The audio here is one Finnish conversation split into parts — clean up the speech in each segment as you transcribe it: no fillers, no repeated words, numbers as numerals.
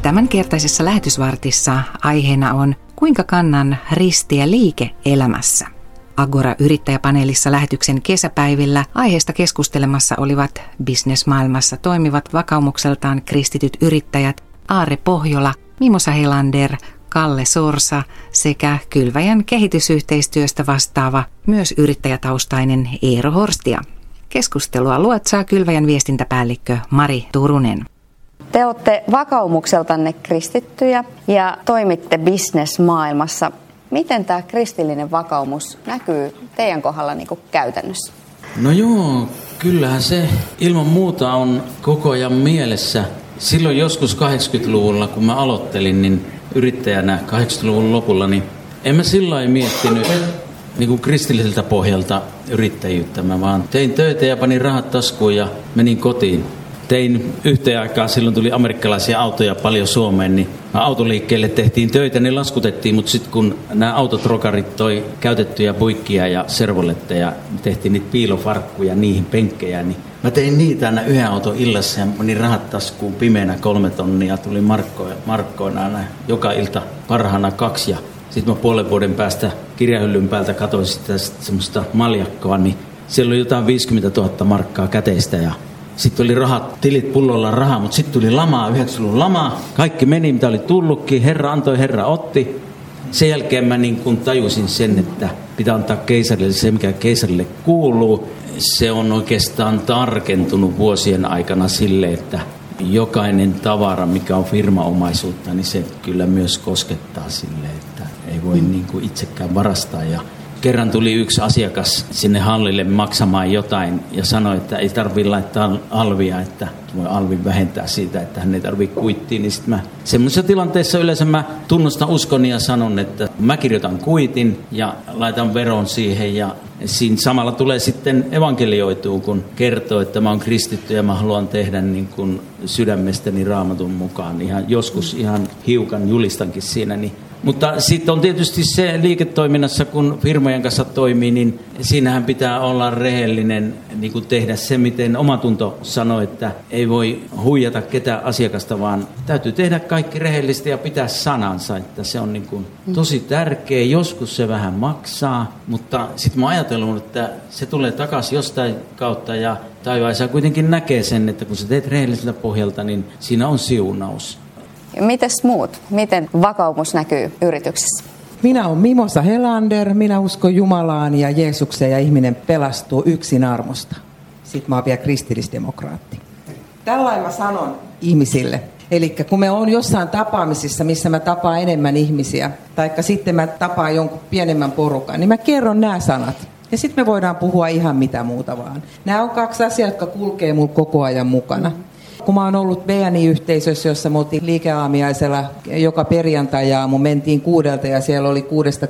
Tämänkertaisessa lähetysvartissa aiheena on kuinka kannan ristiä liike-elämässä. Agora-yrittäjäpaneelissa lähetyksen kesäpäivillä aiheesta keskustelemassa olivat bisnesmaailmassa toimivat vakaumukseltaan kristityt yrittäjät Aare Pohjola, Mimosa Helander, Kalle Sorsa sekä Kylväjän kehitysyhteistyöstä vastaava myös yrittäjätaustainen Eero Horstia. Keskustelua luotsaa Kylväjän viestintäpäällikkö Mari Turunen. Te olette vakaumukseltanne kristittyjä ja toimitte bisnesmaailmassa. Miten tämä kristillinen vakaumus näkyy teidän kohdalla käytännössä? No joo, kyllähän se ilman muuta on koko ajan mielessä. Silloin joskus 80-luvulla, kun mä aloittelin niin yrittäjänä 80-luvun lopulla, niin en mä silloin miettinyt kristilliseltä pohjalta yrittäjyyttä. Mä vaan tein töitä ja panin rahat taskuun ja menin kotiin. Tein yhteen aikaan, silloin tuli amerikkalaisia autoja paljon Suomeen, niin autoliikkeelle tehtiin töitä, ne laskutettiin, mutta sitten kun nämä autotrokarit toi käytettyjä puikkia ja servoletteja, tehtiin niitä piilofarkkuja, niihin penkkejä, niin mä tein niitä aina yhden auton illassa ja panin rahat taskuun pimeänä 3 tonnia, tuli markkoina aina joka ilta parhaana 2 ja sitten mä puolen vuoden päästä kirjahyllyn päältä katsoin sitä semmoista maljakkoa, niin siellä oli jotain 50 000 markkaa käteistä ja sitten oli rahat, tilit pullolla rahaa, mutta sitten tuli lamaa, 90-luvun lamaa. Kaikki meni, mitä oli tullutkin. Herra antoi, Herra otti. Sen jälkeen mä tajusin sen, että pitää antaa keisarille se, mikä keisarille kuuluu. Se on oikeastaan tarkentunut vuosien aikana sille, että jokainen tavara, mikä on firmaomaisuutta, niin se kyllä myös koskettaa sille, että ei voi itsekään varastaa. Ja kerran tuli yksi asiakas sinne hallille maksamaan jotain ja sanoi, että ei tarvitse laittaa alvia, että voi alvin vähentää siitä, että hän ei tarvitse kuittia. Niin sitten mä semmoisessa tilanteessa yleensä mä tunnustan uskoni ja sanon, että mä kirjoitan kuitin ja laitan veron siihen ja siinä samalla tulee sitten evankelioituu, kun kertoo, että mä oon kristitty ja mä haluan tehdä sydämestäni Raamatun mukaan. Joskus ihan hiukan julistankin siinä, niin mutta sitten on tietysti se liiketoiminnassa, kun firmojen kanssa toimii, niin siinähän pitää olla rehellinen, tehdä se, miten omatunto sanoo, että ei voi huijata ketään asiakasta, vaan täytyy tehdä kaikki rehellisesti ja pitää sanansa, että se on tosi tärkeä. Joskus se vähän maksaa, mutta sitten mä oon ajatellut, että se tulee takaisin jostain kautta ja taivaissa kuitenkin näkee sen, että kun sä teet rehelliseltä pohjalta, niin siinä on siunaus. Mites muut? Miten vakaumus näkyy yrityksessä? Minä olen Mimosa Helander, minä uskon Jumalaan ja Jeesukseen ja ihminen pelastuu yksin armosta. Sitten mä oon vielä kristillisdemokraatti. Tällainen mä sanon ihmisille. Eli kun me on jossain tapaamisissa, missä mä tapaan enemmän ihmisiä, taikka sitten mä tapaan jonkun pienemmän porukan, niin mä kerron nämä sanat. Ja sitten me voidaan puhua ihan mitä muuta vaan. Nämä on 2 asiaa, jotka kulkee mulla koko ajan mukana. Kun mä oon ollut BNI-yhteisössä, jossa me oltiin liikeaamiaisella joka perjantai-aamu, mentiin 6 ja siellä oli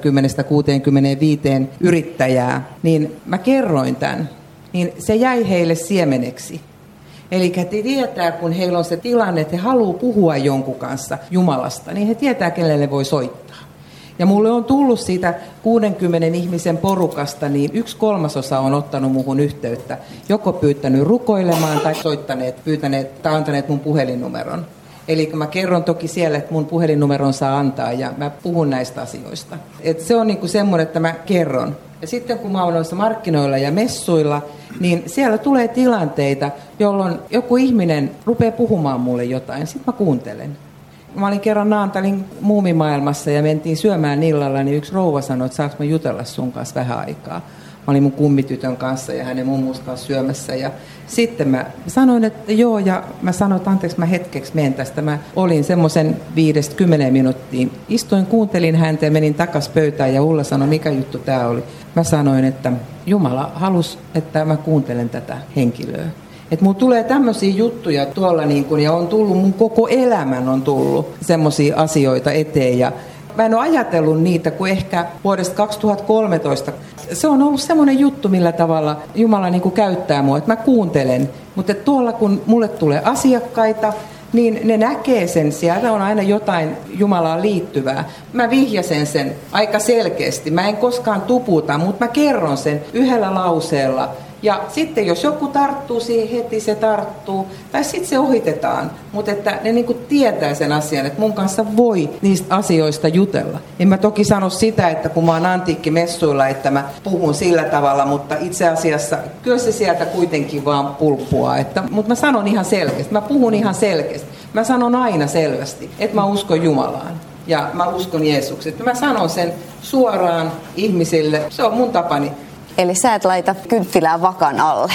60-65 yrittäjää, niin mä kerroin tämän, niin se jäi heille siemeneksi. Eli he tietää, kun heillä on se tilanne, että he haluaa puhua jonkun kanssa Jumalasta, niin he tietää, kenelle voi soittaa. Ja mulle on tullut siitä 60 ihmisen porukasta, niin 1/3 on ottanut muhun yhteyttä. Joko pyytänyt rukoilemaan tai pyytäneet tai antaneet mun puhelinnumeron. Eli mä kerron toki siellä, että mun puhelinnumeron saa antaa ja mä puhun näistä asioista. Et se on semmoinen, että mä kerron. Ja sitten kun mä oon noissa markkinoilla ja messuilla, niin siellä tulee tilanteita, jolloin joku ihminen rupeaa puhumaan mulle jotain. Sitten mä kuuntelen. Mä olin kerran Naantalin muumimaailmassa ja mentiin syömään illalla, niin yksi rouva sanoi, että saanko mä jutella sun kanssa vähän aikaa. Mä olin mun kummitytön kanssa ja hänen mummus kanssa syömässä. Ja sitten mä sanoin, että joo, ja mä sanoin, että anteeksi, mä hetkeksi menen tästä. Mä olin semmoisen 5-10 minuuttia. Istuin, kuuntelin häntä ja menin takas pöytään ja Ulla sanoi, mikä juttu tää oli. Mä sanoin, että Jumala halusi, että mä kuuntelen tätä henkilöä. Että mulla tulee tämmöisiä juttuja tuolla ja on tullut, mun koko elämän on tullut semmoisia asioita eteen ja mä en ole ajatellut niitä kuin ehkä vuodesta 2013. Se on ollut semmoinen juttu, millä tavalla Jumala käyttää mua, että mä kuuntelen. Mutta tuolla kun mulle tulee asiakkaita, niin ne näkee sen, sieltä on aina jotain Jumalaan liittyvää. Mä vihjasen sen aika selkeästi, mä en koskaan tuputa, mutta mä kerron sen yhdellä lauseella. Ja sitten jos joku tarttuu siihen heti, se tarttuu. Tai sitten se ohitetaan. Mutta että ne niinku tietää sen asian, että mun kanssa voi niistä asioista jutella. En mä toki sano sitä, että kun mä oon antiikkimessuilla, että mä puhun sillä tavalla, mutta itse asiassa kyllä se sieltä kuitenkin vaan pulppuaa. Mutta mä sanon ihan selkeästi, mä puhun ihan selkeästi. Mä sanon aina selvästi, että mä uskon Jumalaan. Ja mä uskon Jeesukseen. Mä sanon sen suoraan ihmisille. Se on mun tapani. Eli sä et laita kynttilää vakan alle.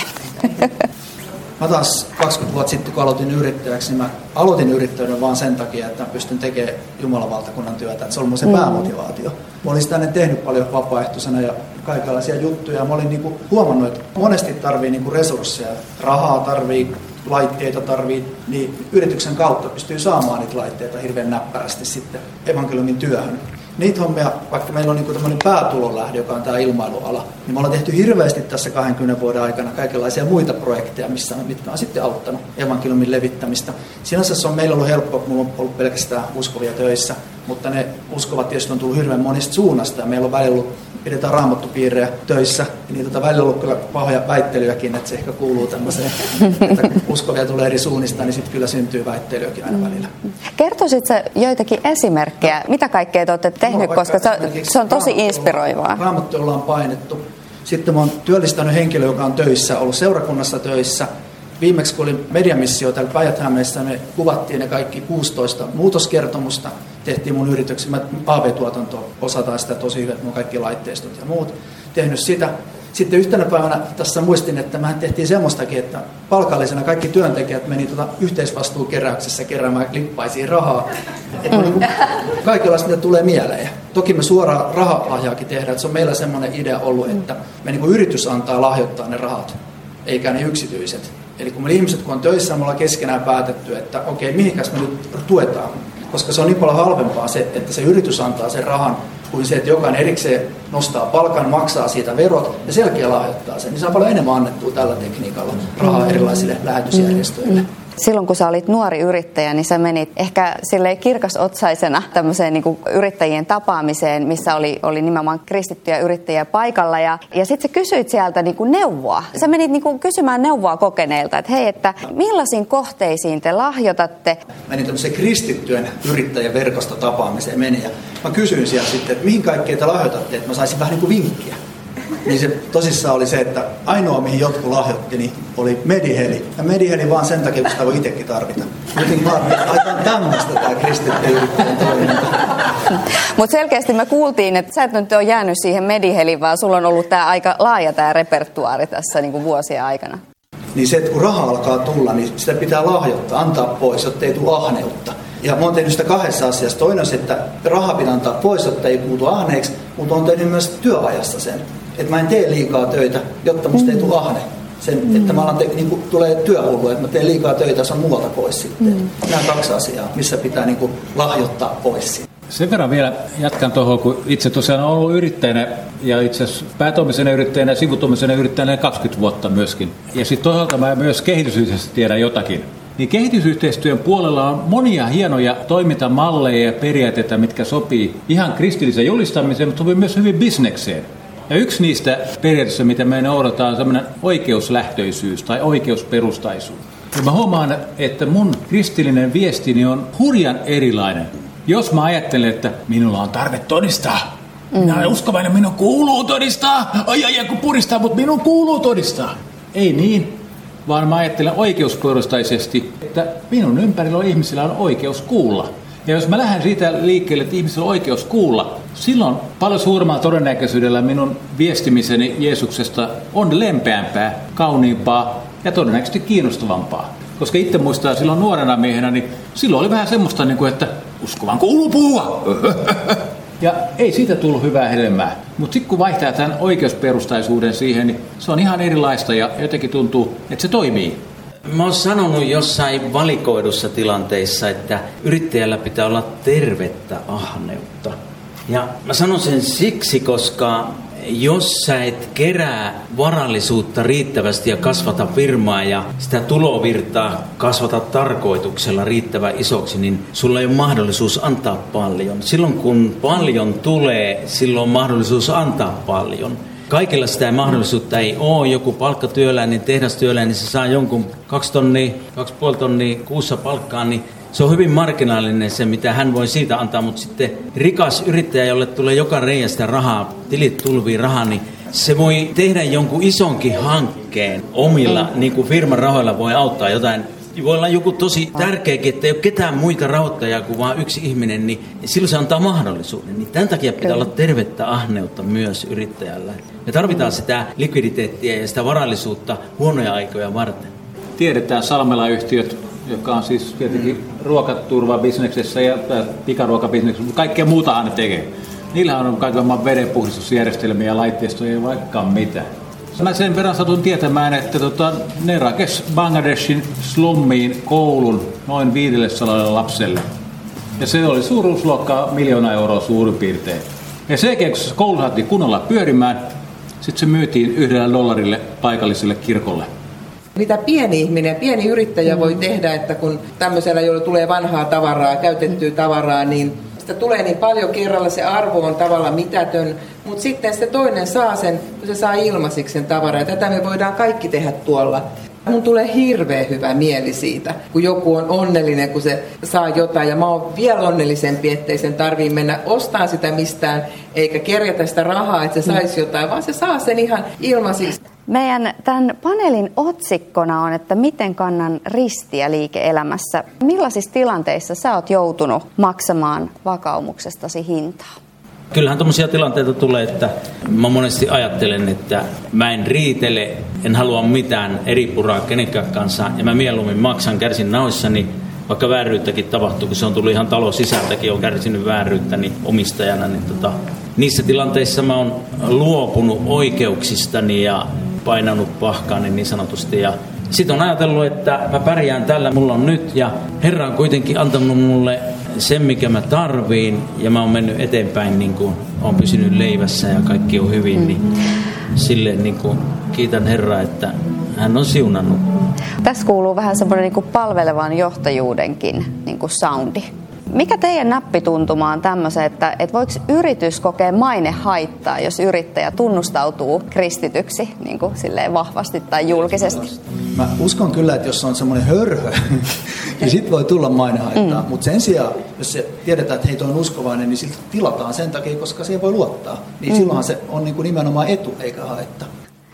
Mä taas 20 vuotta sitten, kun aloitin yrittäjäksi, niin mä aloitin yrittäjyyden vaan sen takia, että mä pystyn tekemään Jumalan valtakunnan työtä. Että se oli mun se päämotivaatio. Mä olin sitä ennen tehnyt paljon vapaaehtoisena ja kaikenlaisia juttuja. Mä olin niinku huomannut, että monesti tarvii niinku resursseja. Rahaa tarvii, laitteita tarvii, niin yrityksen kautta pystyy saamaan niitä laitteita hirveän näppärästi sitten evankeliumin työhön. Niitä hommia, vaikka meillä on niin tämmöinen päätulonlähde, joka on tämä ilmailuala, niin me ollaan tehty hirveästi tässä 20 vuoden aikana kaikenlaisia muita projekteja, mitkä on sitten auttanut evankeliumin levittämistä. Sinänsä se on meillä ollut helppo, mulla on ollut pelkästään uskovia töissä, mutta ne uskovat tietysti on tullut hirveän monista suunnasta ja meillä on välillä ollut, pidetään raamattupiirejä töissä, niin välillä on ollut kyllä pahoja väittelyjäkin, että se ehkä kuuluu tämmöiseen, että uskovia tulee eri suunnista, niin sitten kyllä syntyy väittelyäkin aina välillä. Kertoisit sä joitakin esimerkkejä, mitä kaikkea te olette tehnyt, koska se on tosi inspiroivaa. Raamattu ollaan painettu. Sitten mä oon työllistänyt henkilö, joka on töissä, ollut seurakunnassa töissä. Viimeksi kun oli mediamissio täällä Päijät-Hämeessä, me kuvattiin ne kaikki 16 muutoskertomusta. Tehtiin mun yrityksen, AV-tuotanto, osataan sitä tosi hyvin, mun kaikki laitteistot ja muut. Tehnyt sitä. Sitten yhtenä päivänä tässä muistin, että mehän tehtiin semmoistakin, että palkallisena kaikki työntekijät meni yhteisvastuukeräyksessä keräämään lippaisiin rahaa. Että kaikenlaista mitä tulee mieleen. Toki me suoraan rahalahjaakin tehdään, että se on meillä semmoinen idea ollut, että me niin kuin yritys antaa lahjoittaa ne rahat, eikä ne yksityiset. Eli kun me ihmiset kun on töissä, me ollaan keskenään päätetty, että okei, mihinkäs me nyt tuetaan. Koska se on niin paljon halvempaa se, että se yritys antaa sen rahan, kuin se, että jokainen erikseen nostaa palkan, maksaa siitä verot ja selkeä lahjoittaa sen. Niin se on paljon enemmän annettua tällä tekniikalla rahaa erilaisille lähetysjärjestöille. Silloin kun sä olit nuori yrittäjä, niin sä menit ehkä silleen kirkasotsaisena tämmöiseen niin kuin yrittäjien tapaamiseen, missä oli nimenomaan kristittyjä yrittäjiä paikalla. Ja sitten sä kysyit sieltä niin kuin neuvoa. Sä menit niin kuin kysymään neuvoa kokeneilta, että hei, että millaisiin kohteisiin te lahjoitatte? Menin tämmöiseen kristittyjen yrittäjän verkostotapaamiseen ja mä kysyin siellä sitten, että mihin kaikkea te lahjoitatte, että mä saisin vähän niin kuin vinkkiä. Niin se tosissaan oli se, että ainoa mihin jotkut lahjoitti, niin oli Mediheli. Ja Mediheli vaan sen takia, kun sitä voi itsekin tarvita. Jotenkin mä ajattelin, että aikaan tämmöistä tämä kristittyjen yrittäjän toiminta. Mutta selkeästi me kuultiin, että sä et nyt ole jäänyt siihen Mediheliin, vaan sulla on ollut tämä aika laaja tämä repertuaari tässä niin kuin vuosien aikana. Niin se, että kun raha alkaa tulla, niin sitä pitää lahjoittaa, antaa pois, jotta ei tule ahneutta. Ja mä oon tehnyt sitä kahdessa asiassa. Toinen on se, että raha pitää antaa pois, jotta ei muutu ahneeksi, mutta oon tehnyt myös työajassa sen. Että mä en tee liikaa töitä, jotta musta ei tule ahne. Sen, että mä alan niin tulee työhullu, että mä teen liikaa töitä, se on muualta pois sitten. Nämä 2 asiaa, missä pitää niin kuin lahjoittaa pois. Sen verran vielä jatkan tuohon, kun itse tosiaan olen ollut yrittäjänä ja itse asiassa päätoimisena yrittäjänä ja sivutoimisena yrittäjänä 20 vuotta myöskin. Ja sitten toisaalta mä myös kehitysyhteistyöstä tiedän jotakin. Niin kehitysyhteistyön puolella on monia hienoja toimintamalleja ja periaatteita, mitkä sopii ihan kristilliseen julistamiseen, mutta sopii myös hyvin bisnekseen. Ja yksi niistä periaatteista, mitä me noudataan, on sellainen oikeuslähtöisyys tai oikeusperustaisuus. Ja mä huomaan, että mun kristillinen viestini on hurjan erilainen. Jos mä ajattelen, että minulla on tarve todistaa, minä olen uskovainen, minun kuuluu todistaa, kun puristaa, mutta minun kuuluu todistaa. Ei niin, vaan mä ajattelen oikeusperustaisesti, että minun ympärillä ihmisillä on oikeus kuulla. Ja jos mä lähden siitä liikkeelle, että ihmisillä on oikeus kuulla, silloin paljon suuremmalla todennäköisyydellä minun viestimiseni Jeesuksesta on lempeämpää, kauniimpaa ja todennäköisesti kiinnostavampaa. Koska itse muistaa silloin nuorena miehenä, niin silloin oli vähän semmoista, että uskovan kuuluu puhua. Ja ei siitä tullut hyvää hedelmää. Mutta sitten kun vaihtaa tämän oikeusperustaisuuden siihen, niin se on ihan erilaista ja jotenkin tuntuu, että se toimii. Mä oon sanonut jossain valikoidussa tilanteissa, että yrittäjällä pitää olla tervettä ahneutta. Ja mä sanon sen siksi, koska jos sä et kerää varallisuutta riittävästi ja kasvata firmaa ja sitä tulovirtaa kasvata tarkoituksella riittävän isoksi, niin sulla ei ole mahdollisuus antaa paljon. Silloin kun paljon tulee, silloin on mahdollisuus antaa paljon. kaikilla sitä mahdollisuutta ei ole. Joku palkkatyöläinen, tehdastyöläinen, niin se saa jonkun 2,5 tonnia kuussa palkkaa, niin se on hyvin marginaalinen se, mitä hän voi siitä antaa, mutta sitten rikas yrittäjä, jolle tulee joka reiästä rahaa, tilit tulvii rahaa, niin se voi tehdä jonkun isonkin hankkeen omilla, niin kuin firman rahoilla voi auttaa jotain. Voi olla joku tosi tärkeäkin, että ei ole ketään muita rahoittajaa kuin vain yksi ihminen, niin silloin se antaa mahdollisuuden. Niin tämän takia pitää olla tervettä ahneutta myös yrittäjällä. Me tarvitaan sitä likviditeettiä ja sitä varallisuutta huonoja aikoja varten. Tiedetään Salmela-yhtiöt, joka on siis tietenkin ruokaturvabisneksessä ja pikaruokabisneksessä, mutta kaikkea muutahan ne tekee. Niillähän on kaikenlainen vedenpuhdistusjärjestelmiä ja laitteistoja ja vaikka mitä. Mä sen verran satun tietämään, että ne rakes Bangladeshin slummiin koulun noin 500 lapselle. Ja se oli suuruusluokkaa 1 000 000 euroa suurin piirtein. Ja sen jälkeen, kun se koulu saatiin kunnolla pyörimään, sitten se myytiin $1 paikalliselle kirkolle. Mitä pieni ihminen, pieni yrittäjä voi tehdä, että kun tämmöisellä, jolla tulee vanhaa tavaraa, käytettyä tavaraa, niin sitä tulee niin paljon kerralla, se arvo on tavallaan mitätön, mutta sitten se toinen saa sen, kun se saa ilmaisiksi sen tavaraa. Ja tätä me voidaan kaikki tehdä tuolla. Mun tulee hirveän hyvä mieli siitä, kun joku on onnellinen, kun se saa jotain. Ja mä oon vielä onnellisempi, ettei sen tarvii mennä ostamaan sitä mistään, eikä kerjätä sitä rahaa, että se saisi jotain, vaan se saa sen ihan ilmaisiksi. Meidän tämän paneelin otsikkona on, että miten kannan ristiä liike-elämässä. Millaisissa tilanteissa sä oot joutunut maksamaan vakaumuksestasi hintaa? Kyllähän tommosia tilanteita tulee, että mä monesti ajattelen, että mä en riitele, en halua mitään eri puraa kenenkään kanssa ja mä mieluummin maksan, kärsin naoissani, vaikka vääryyttäkin tapahtuu, kun se on tullut ihan talon sisältäkin, on kärsinyt vääryyttä niin omistajana, niin niissä tilanteissa mä oon luopunut oikeuksistani ja painanut pahkaani niin sanotusti ja sitten on ajatellut, että mä pärjään tällä, mulla on nyt ja Herra on kuitenkin antanut mulle sen, mikä mä tarviin ja mä oon mennyt eteenpäin, niin kuin oon pysynyt leivässä ja kaikki on hyvin, niin silleen niin kuin kiitän Herraa, että hän on siunannut. Tässä kuuluu vähän semmoinen niin kuin palvelevan johtajuudenkin niin kuin soundi. Mikä teidän näppituntuma on tämmöisen, että voiko yritys kokea mainehaittaa, jos yrittäjä tunnustautuu kristityksi niin kuin silleen vahvasti tai julkisesti? Mä uskon kyllä, että jos on semmoinen hörhö, niin sit voi tulla mainehaittaa. Mutta sen sijaan, jos se tiedetään, että hei, toi on uskovainen, niin siltä tilataan sen takia, koska siihen voi luottaa. Niin silloinhan se on niin kuin nimenomaan etu eikä haitta.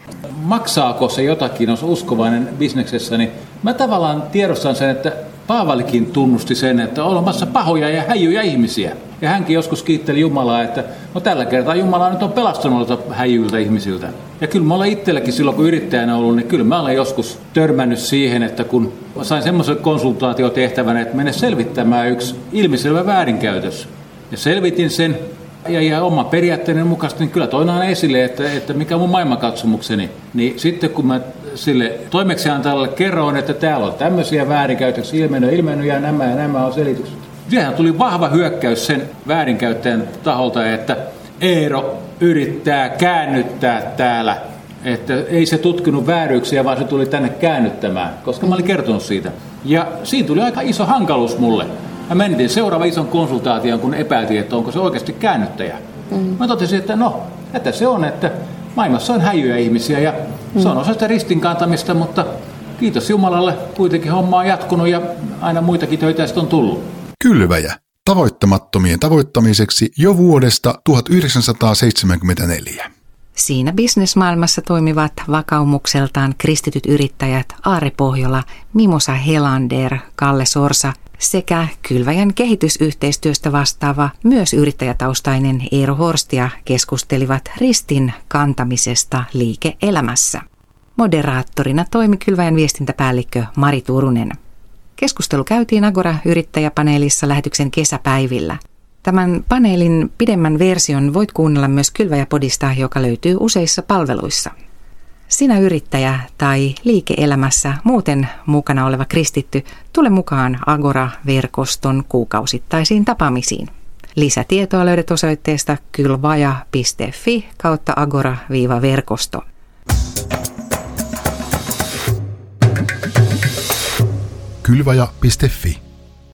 Maksaako se jotakin, jos uskovainen bisneksessä, niin mä tavallaan tiedostan sen, että Paavalikin tunnusti sen, että on olemassa pahoja ja häijyjä ihmisiä. Ja hänkin joskus kiitteli Jumalaa, että no tällä kertaa Jumala nyt on pelastanut häijyiltä ihmisiltä. Ja kyllä mä olen itselläkin silloin, kun yrittäjänä ollut, niin kyllä mä olen joskus törmännyt siihen, että kun sain semmoisen konsultaatiotehtävän, että mene selvittämään yksi ilmiselvä väärinkäytös. Ja selvitin sen ja oma periaatteiden mukaisesti, niin kyllä toin aina esille, että mikä on mun maailmankatsomukseni. Niin sitten kun mä sille toimeksiantajalle kerroin, että täällä on tämmöisiä väärinkäytöksiä ilmennyt ja nämä on selitykset. Siihenhän tuli vahva hyökkäys sen väärinkäyttäjän taholta, että Eero yrittää käännyttää täällä. Että ei se tutkinut vääryyksiä, vaan se tuli tänne käännyttämään, koska mä olin kertonut siitä. Ja siinä tuli aika iso hankaluus mulle. Mä menin seuraava ison konsultaation, kun epäiltiin, että onko se oikeasti käännyttäjä. Mä totesin, että se on, että maailmassa on häijyjä ihmisiä ja se on osa sitä ristinkantamista, mutta kiitos Jumalalle, kuitenkin homma on jatkunut ja aina muitakin töitä on tullut. Kylväjä. Tavoittamattomien tavoittamiseksi jo vuodesta 1974. Siinä bisnesmaailmassa toimivat vakaumukseltaan kristityt yrittäjät Aare Pohjola, Mimosa Helander, Kalle Sorsa sekä Kylväjän kehitysyhteistyöstä vastaava myös yrittäjätaustainen Eero Horstia keskustelivat ristin kantamisesta liike-elämässä. Moderaattorina toimi Kylväjän viestintäpäällikkö Mari Turunen. Keskustelu käytiin Agora-yrittäjäpaneelissa lähetyksen kesäpäivillä. Tämän paneelin pidemmän version voit kuunnella myös Kylväjä-podista, joka löytyy useissa palveluissa. Sinä yrittäjä tai liike-elämässä muuten mukana oleva kristitty, tule mukaan Agora-verkoston kuukausittaisiin tapaamisiin. Lisätietoa löydät osoitteesta kylvaja.fi/agora-verkosto. Kylvaja.fi